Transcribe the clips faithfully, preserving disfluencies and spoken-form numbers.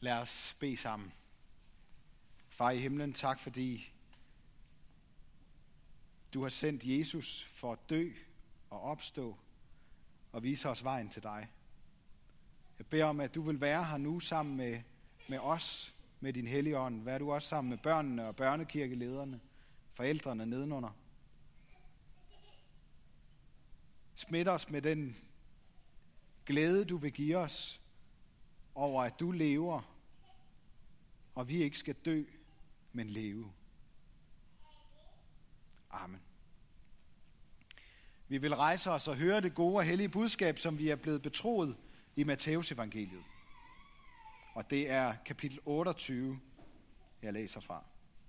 Lad os bede sammen. Far i himlen, tak fordi du har sendt Jesus for at dø og opstå og vise os vejen til dig. Jeg beder om, at du vil være her nu sammen med, med os, med din hellige ånd. Vær du også sammen med børnene og børnekirkelederne, forældrene nedenunder. Smid os med den glæde, du vil give os over, at du lever, og vi ikke skal dø, men leve. Amen. Vi vil rejse os og høre det gode og hellige budskab, som vi er blevet betroet i Matteus evangeliet. Og det er kapitel otteogtyve, jeg læser fra.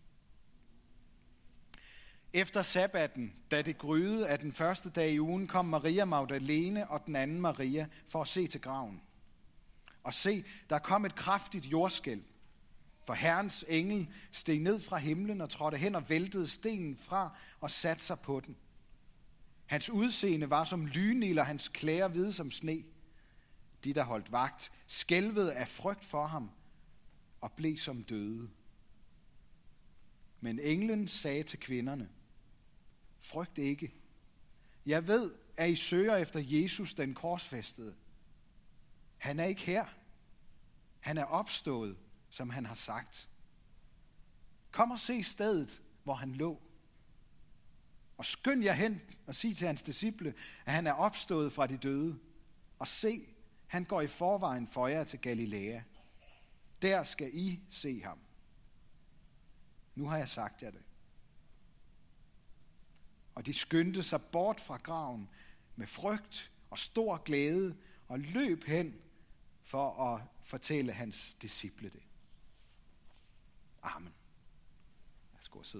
Efter sabbaten, da det gryede af den første dag i ugen, kom Maria Magdalene og den anden Maria for at se til graven. Og se, der kom et kraftigt jordskælv, for Herrens engel steg ned fra himlen og trådte hen og væltede stenen fra og satte sig på den. Hans udseende var som lynild, og hans klæder hvide som sne. De, der holdt vagt, skælvede af frygt for ham og blev som døde. Men englen sagde til kvinderne: Frygt ikke. Jeg ved, at I søger efter Jesus, den korsfæstede. Han er ikke her. Han er opstået, som han har sagt. Kom og se stedet, hvor han lå. Og skynd jer hen og sig til hans disciple, at han er opstået fra de døde. Og se, han går i forvejen for jer til Galilea. Der skal I se ham. Nu har jeg sagt jer det. Og de skyndte sig bort fra graven med frygt og stor glæde og løb hen for at fortælle hans disciple det. Amen. Lad os gå og sidde.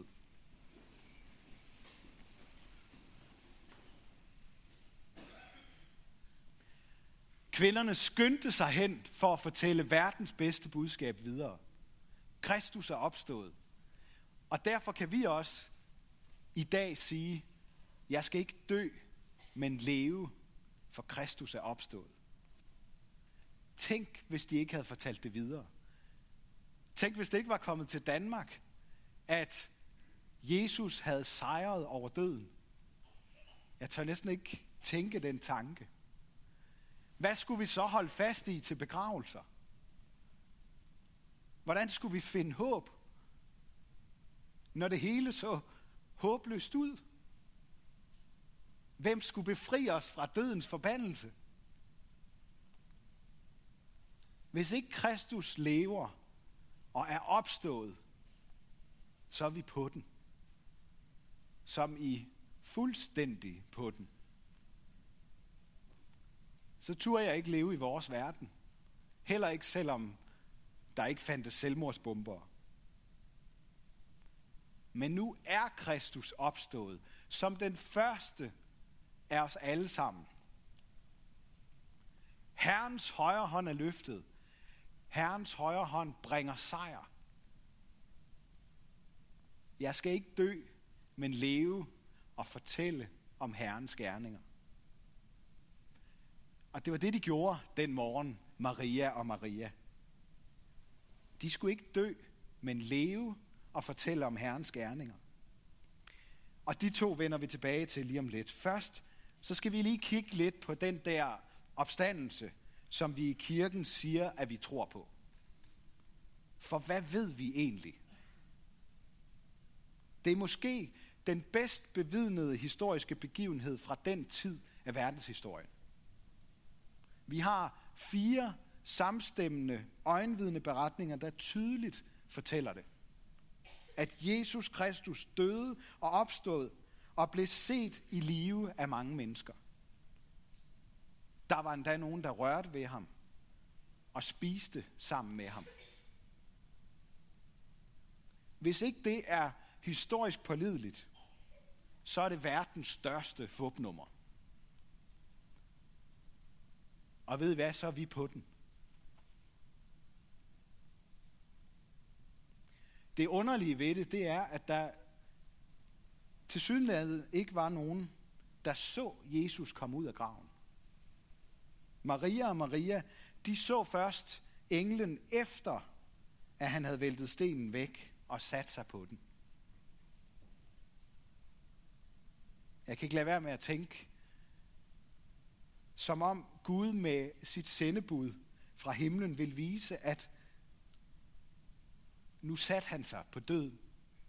Kvinderne skyndte sig hen for at fortælle verdens bedste budskab videre. Kristus er opstået. Og derfor kan vi også i dag sige, jeg skal ikke dø, men leve, for Kristus er opstået. Tænk, hvis de ikke havde fortalt det videre. Tænk, hvis det ikke var kommet til Danmark, at Jesus havde sejret over døden. Jeg tør næsten ikke tænke den tanke. Hvad skulle vi så holde fast i til begravelser? Hvordan skulle vi finde håb, når det hele så håbløst ud? Hvem skulle befri os fra dødens forbandelse? Hvis ikke Kristus lever og er opstået, så er vi på den. Som i fuldstændig på den. Så turde jeg ikke leve i vores verden. Heller ikke selvom der ikke fandtes selvmordsbomber. Men nu er Kristus opstået som den første af os alle sammen. Herrens højre hånd er løftet. Herrens højre hånd bringer sejr. Jeg skal ikke dø, men leve og fortælle om Herrens gerninger. Og det var det, de gjorde den morgen, Maria og Maria. De skulle ikke dø, men leve og fortælle om Herrens gerninger. Og de to vender vi tilbage til lige om lidt. Først så skal vi lige kigge lidt på den der opstandelse, som vi i kirken siger, at vi tror på. For hvad ved vi egentlig? Det er måske den bedst bevidnede historiske begivenhed fra den tid af verdenshistorien. Vi har fire samstemmende, øjenvidne beretninger, der tydeligt fortæller det. At Jesus Kristus døde og opstod og blev set i live af mange mennesker. Der var endda nogen, der rørte ved ham og spiste sammen med ham. Hvis ikke det er historisk pålideligt, så er det verdens største fupnummer. Og ved I hvad, så er vi på den. Det underlige ved det, det er, at der tilsyneladende ikke var nogen, der så Jesus komme ud af graven. Maria og Maria, de så først englen efter, at han havde væltet stenen væk og sat sig på den. Jeg kan ikke lade være med at tænke, som om Gud med sit sendebud fra himlen vil vise, at nu satte han sig på døden.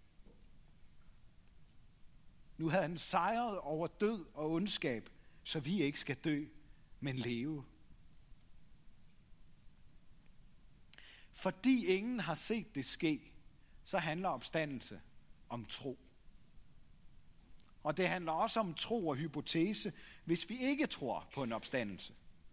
Nu havde han sejret over død og ondskab, så vi ikke skal dø, men leve. Fordi ingen har set det ske, så handler opstandelse om tro. Og det handler også om tro og hypotese, hvis vi ikke tror på en opstandelse.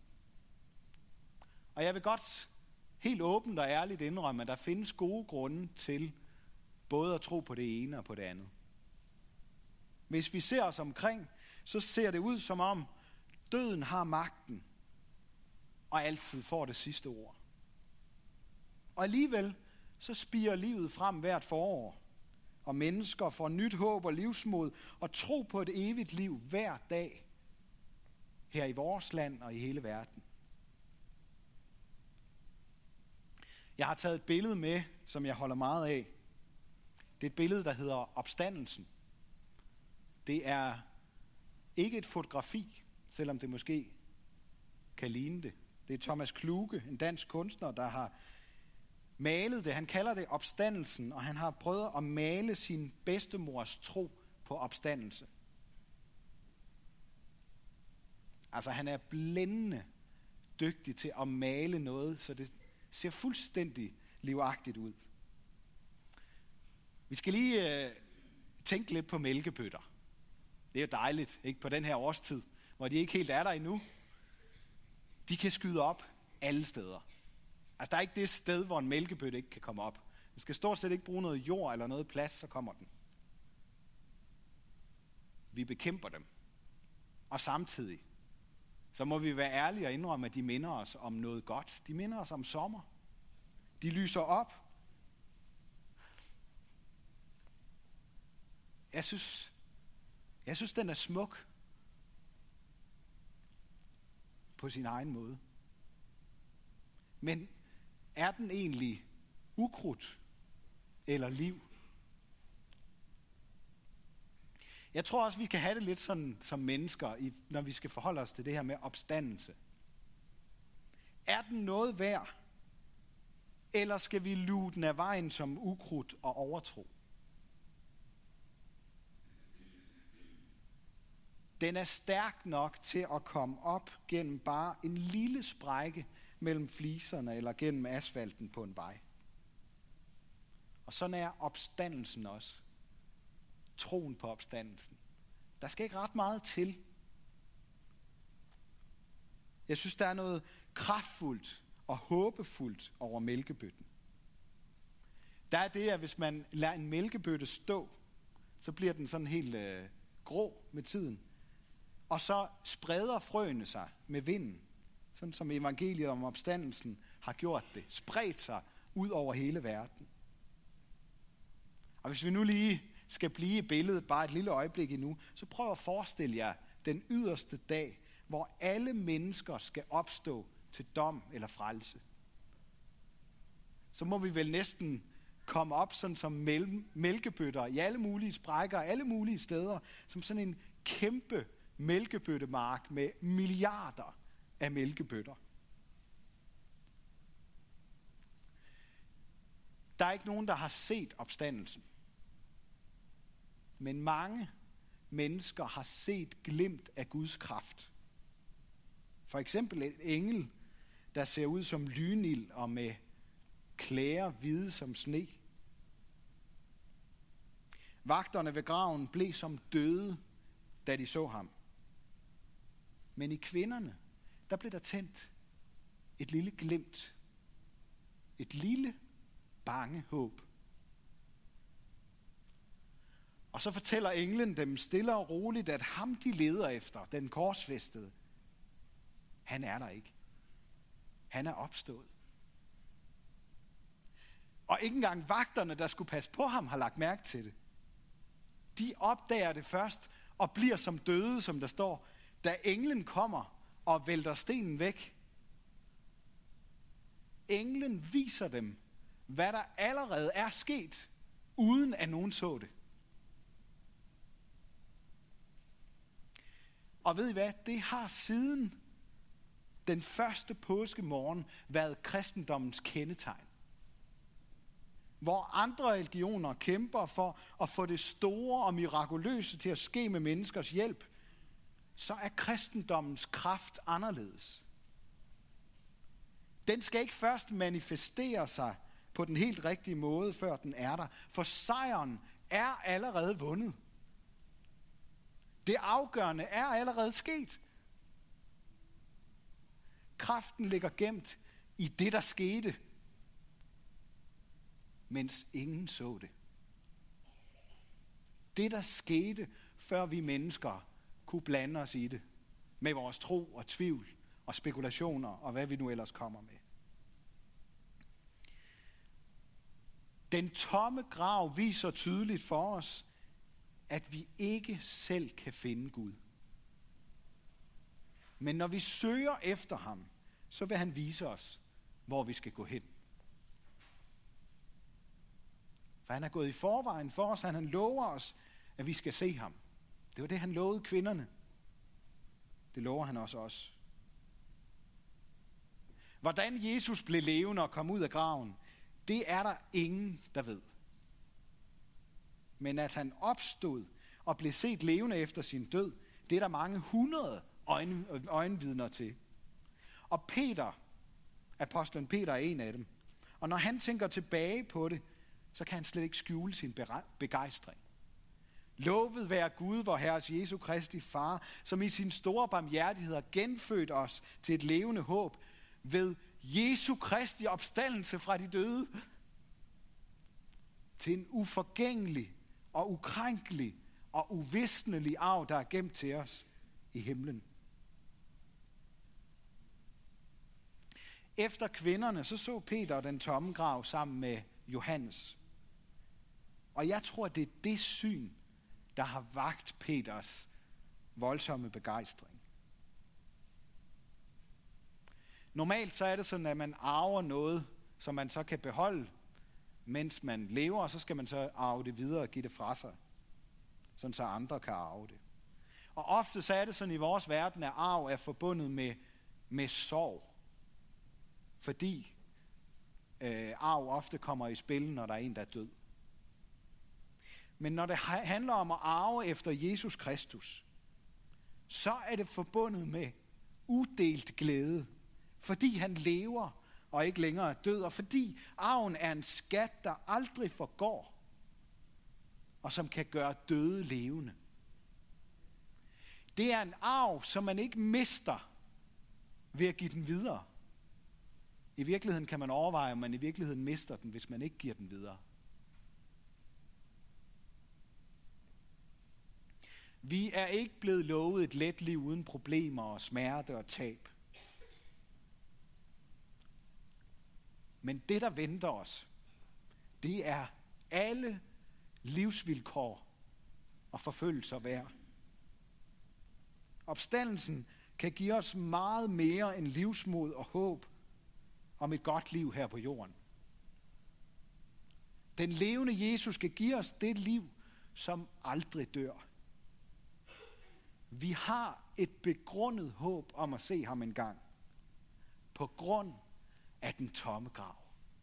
Og jeg vil godt helt åbent og ærligt indrømme, at der findes gode grunde til både at tro på det ene og på det andet. Hvis vi ser os omkring, så ser det ud som om døden har magten og altid får det sidste ord. Og alligevel så spirer livet frem hvert forår, og mennesker får nyt håb og livsmod og tro på et evigt liv hver dag her i vores land og i hele verden. Jeg har taget et billede med, som jeg holder meget af. Det er et billede, der hedder Opstandelsen. Det er ikke et fotografi, selvom det måske kan ligne det. Det er Thomas Kluge, en dansk kunstner, der har malet det. Han kalder det Opstandelsen, og han har prøvet at male sin bedstemors tro på opstandelse. Altså han er blændende dygtig til at male noget, så det ser fuldstændig livagtigt ud. Vi skal lige øh, tænke lidt på mælkebøtter. Det er jo dejligt, ikke, på den her årstid, hvor de ikke helt er der endnu. De kan skyde op alle steder. Altså der er ikke det sted, hvor en mælkebøtte ikke kan komme op. Man skal stort set ikke bruge noget jord eller noget plads, så kommer den. Vi bekæmper dem. Og samtidig, så må vi være ærlige og indrømme, at de minder os om noget godt. De minder os om sommer. De lyser op. Jeg synes, jeg synes den er smuk på sin egen måde. Men er den egentlig ukrudt eller liv? Jeg tror også, vi kan have det lidt sådan som mennesker, når vi skal forholde os til det her med opstandelse. Er den noget værd, eller skal vi luge den af vejen som ukrudt og overtro? Den er stærk nok til at komme op gennem bare en lille sprække mellem fliserne eller gennem asfalten på en vej. Og sådan er opstandelsen også. Troen på opstandelsen. Der skal ikke ret meget til. Jeg synes, der er noget kraftfuldt og håbefuldt over mælkebøtten. Der er det, at hvis man lader en mælkebøtte stå, så bliver den sådan helt øh, grå med tiden. Og så spreder frøene sig med vinden, sådan som evangeliet om opstandelsen har gjort det. Spredt sig ud over hele verden. Og hvis vi nu lige skal blive i billedet bare et lille øjeblik endnu, så prøv at forestille jer den yderste dag, hvor alle mennesker skal opstå til dom eller frelse. Så må vi vel næsten komme op sådan som mælkebøtter i alle mulige sprækker, alle mulige steder, som sådan en kæmpe mælkebøttemark med milliarder af mælkebøtter. Der er ikke nogen, der har set opstandelsen. Men mange mennesker har set glimt af Guds kraft. For eksempel en engel, der ser ud som lynild og med klæder hvide som sne. Vagterne ved graven blev som døde, da de så ham. Men i kvinderne, der blev der tændt et lille glimt. Et lille, bange håb. Og så fortæller englen dem stille og roligt, at ham de leder efter, den korsfæstede, han er der ikke. Han er opstået. Og ikke engang vagterne, der skulle passe på ham, har lagt mærke til det. De opdager det først og bliver som døde, som der står, da englen kommer og vælter stenen væk. englen viser dem, hvad der allerede er sket, uden at nogen så det. Og ved I hvad? Det har siden den første påskemorgen været kristendommens kendetegn. Hvor andre religioner kæmper for at få det store og mirakuløse til at ske med menneskers hjælp, så er kristendommens kraft anderledes. Den skal ikke først manifestere sig på den helt rigtige måde, før den er der. For sejren er allerede vundet. Det afgørende er allerede sket. Kraften ligger gemt i det, der skete, mens ingen så det. Det, der skete, før vi mennesker kunne blande os i det, med vores tro og tvivl og spekulationer og hvad vi nu ellers kommer med. Den tomme grav viser tydeligt for os, at vi ikke selv kan finde Gud. Men når vi søger efter ham, så vil han vise os, hvor vi skal gå hen. For han er gået i forvejen for os, han lover os, at vi skal se ham. Det var det, han lovede kvinderne. Det lover han også os. Hvordan Jesus blev levende og kom ud af graven, det er der ingen, der ved. Men at han opstod og blev set levende efter sin død, det er der mange hundrede øjen, øjenvidner til. Og Peter, apostlen Peter, er en af dem. Og når han tænker tilbage på det, så kan han slet ikke skjule sin begejstring. Lovet være Gud, vor Herres Jesu Kristi Far, som i sin store barmhjertighed har genfødt os til et levende håb ved Jesu Kristi opstandelse fra de døde til en uforgængelig og ukrænkelig og uvisnelig arv, der er gemt til os i himlen. Efter kvinderne, så så Peter den tomme grav sammen med Johannes. Og jeg tror, det er det syn, der har vakt Peters voldsomme begejstring. Normalt så er det sådan, at man arver noget, som man så kan beholde, mens man lever, og så skal man så arve det videre og give det fra sig, sådan så andre kan arve det. Og ofte så er det sådan i vores verden, at arv er forbundet med, med sorg. Fordi øh, arv ofte kommer i spil, når der er en, der er død. Men når det handler om at arve efter Jesus Kristus, så er det forbundet med udelt glæde, fordi han lever og ikke længere er død, og fordi arven er en skat, der aldrig forgår, og som kan gøre døde levende. Det er en arv, som man ikke mister ved at give den videre. I virkeligheden kan man overveje, om man i virkeligheden mister den, hvis man ikke giver den videre. Vi er ikke blevet lovet et let liv uden problemer og smerte og tab. Men det, der venter os, det er alle livsvilkår og forfølgelser værd. Opstandelsen kan give os meget mere end livsmod og håb om et godt liv her på jorden. Den levende Jesus skal give os det liv, som aldrig dør. Vi har et begrundet håb om at se ham engang, på grund af den tomme grav.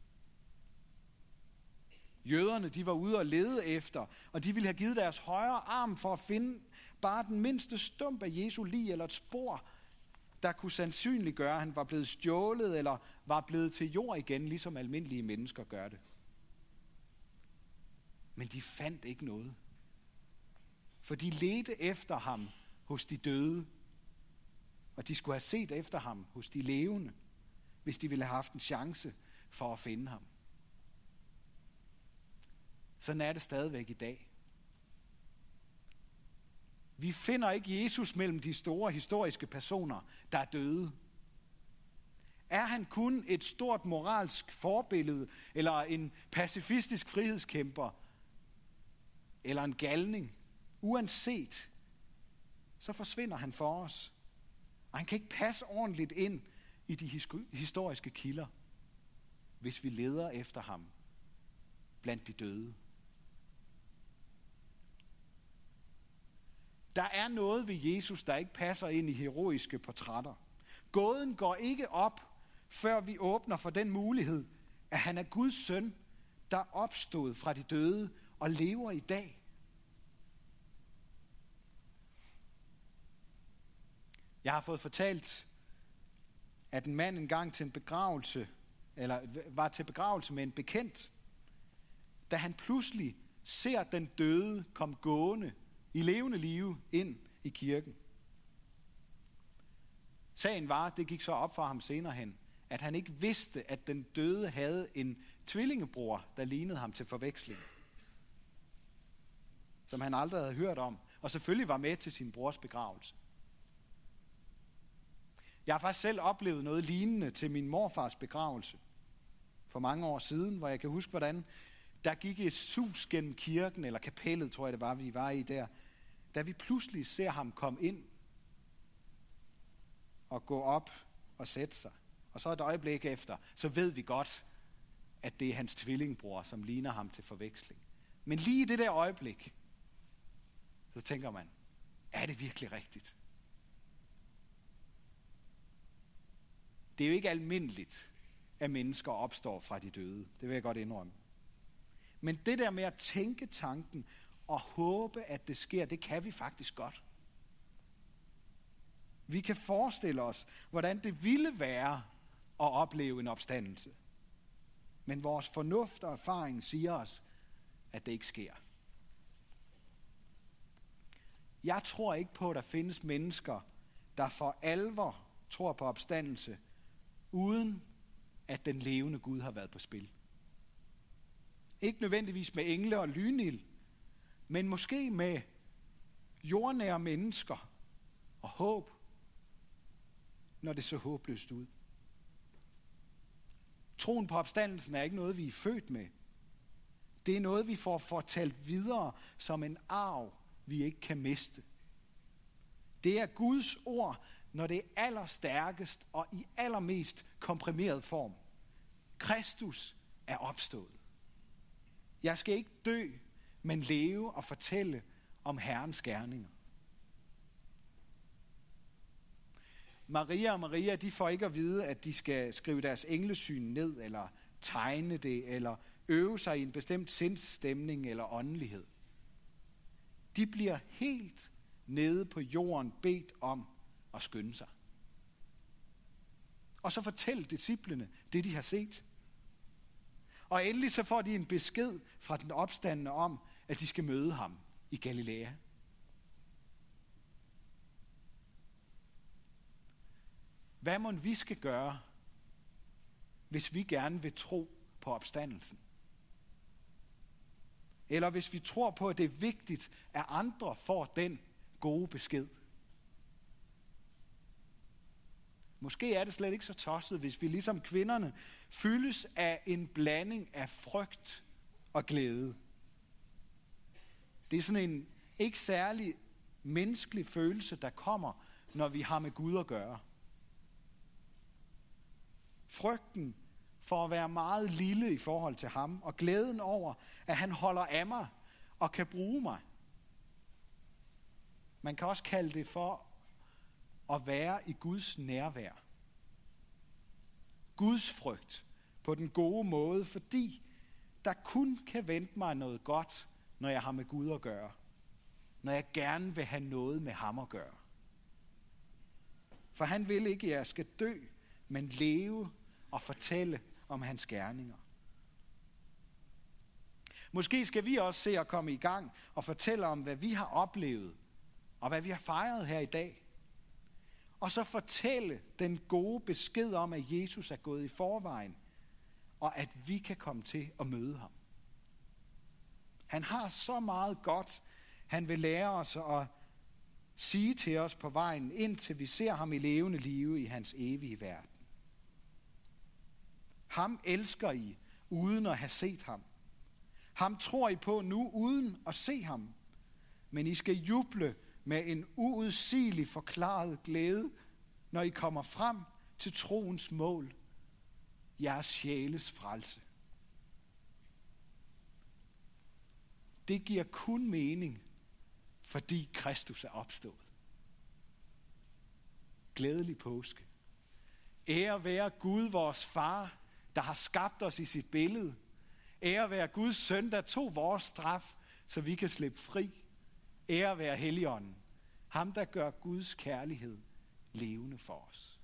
Jøderne, de var ude og lede efter, og de ville have givet deres højre arm for at finde bare den mindste stump af Jesu lig eller et spor, der kunne sandsynliggøre, at han var blevet stjålet eller var blevet til jord igen, ligesom almindelige mennesker gør det. Men de fandt ikke noget. For de ledte efter ham hos de døde, og de skulle have set efter ham hos de levende, hvis de ville have haft en chance for at finde ham. Sådan er det stadigvæk i dag. Vi finder ikke Jesus mellem de store historiske personer, der er døde. Er han kun et stort moralsk forbillede, eller en pacifistisk frihedskæmper, eller en galning? Uanset, så forsvinder han for os. Og han kan ikke passe ordentligt ind i de historiske kilder. hvis vi leder efter ham blandt de døde. Der er noget ved Jesus, der ikke passer ind i heroiske portrætter. Gåden går ikke op, før vi åbner for den mulighed, at han er Guds søn, der opstod fra de døde og lever i dag. Jeg har fået fortalt, at en mand engang til en begravelse, eller var til begravelse med en bekendt, da han pludselig ser den døde komme gående i levende live ind i kirken. Sagen var, det gik så op for ham senere hen, at han ikke vidste, at den døde havde en tvillingebror, der lignede ham til forveksling, som han aldrig havde hørt om, og selvfølgelig var med til sin brors begravelse. Jeg har faktisk selv oplevet noget lignende til min morfars begravelse for mange år siden, hvor jeg kan huske, hvordan der gik et sus gennem kirken, eller kapellet, tror jeg det var, vi var i der, da vi pludselig ser ham komme ind og gå op og sætte sig. Og så et øjeblik efter, så ved vi godt, at det er hans tvillingbror, som ligner ham til forveksling. Men lige i det der øjeblik, så tænker man, er det virkelig rigtigt? Det er jo ikke almindeligt, at mennesker opstår fra de døde. Det vil jeg godt indrømme. Men det der med at tænke tanken og håbe, at det sker, det kan vi faktisk godt. Vi kan forestille os, hvordan det ville være at opleve en opstandelse. Men vores fornuft og erfaring siger os, at det ikke sker. Jeg tror ikke på, at der findes mennesker, der for alvor tror på opstandelse, uden at den levende Gud har været på spil. Ikke nødvendigvis med engle og lynild, men måske med jordnære mennesker og håb, når det så håbløst ud. Troen på opstandelsen er ikke noget, vi er født med. Det er noget, vi får fortalt videre som en arv, vi ikke kan miste. Det er Guds ord, når det er allerstærkest og i allermest komprimeret form. Kristus er opstået. Jeg skal ikke dø, men leve og fortælle om Herrens gerninger. Maria og Maria, de får ikke at vide, at de skal skrive deres englesyn ned, eller tegne det, eller øve sig i en bestemt sindsstemning eller åndelighed. De bliver helt nede på jorden bedt om at skynde sig. Og så fortæl disciplene det, de har set. Og endelig så får de en besked fra den opstandne om, at de skal møde ham i Galilea. Hvad må vi skal gøre, hvis vi gerne vil tro på opstandelsen? Eller hvis vi tror på, at det er vigtigt, at andre får den gode besked? Måske er det slet ikke så tosset, hvis vi ligesom kvinderne fyldes af en blanding af frygt og glæde. Det er sådan en ikke særlig menneskelig følelse, der kommer, når vi har med Gud at gøre. Frygten for at være meget lille i forhold til ham, og glæden over, at han holder af mig og kan bruge mig. Man kan også kalde det for at være i Guds nærvær. Guds frygt på den gode måde, fordi der kun kan vente mig noget godt, når jeg har med Gud at gøre. Når jeg gerne vil have noget med ham at gøre. For han vil ikke, at jeg skal dø, men leve og fortælle om hans gerninger. Måske skal vi også se at komme i gang og fortælle om, hvad vi har oplevet, og hvad vi har fejret her i dag. Og så fortælle den gode besked om, at Jesus er gået i forvejen, og at vi kan komme til at møde ham. Han har så meget godt, han vil lære os at sige til os på vejen, indtil vi ser ham i levende live i hans evige verden. Ham elsker I, uden at have set ham. Ham tror I på nu, uden at se ham. Men I skal juble med en uudsigelig forklaret glæde, når I kommer frem til troens mål, jeres sjæles frelse. Det giver kun mening, fordi Kristus er opstået. Glædelig påske. Ære være Gud, vores far, der har skabt os i sit billede. Ære være Guds søn, der tog vores straf, så vi kan slippe fri. Ære være Helligånden, ham der gør Guds kærlighed levende for os.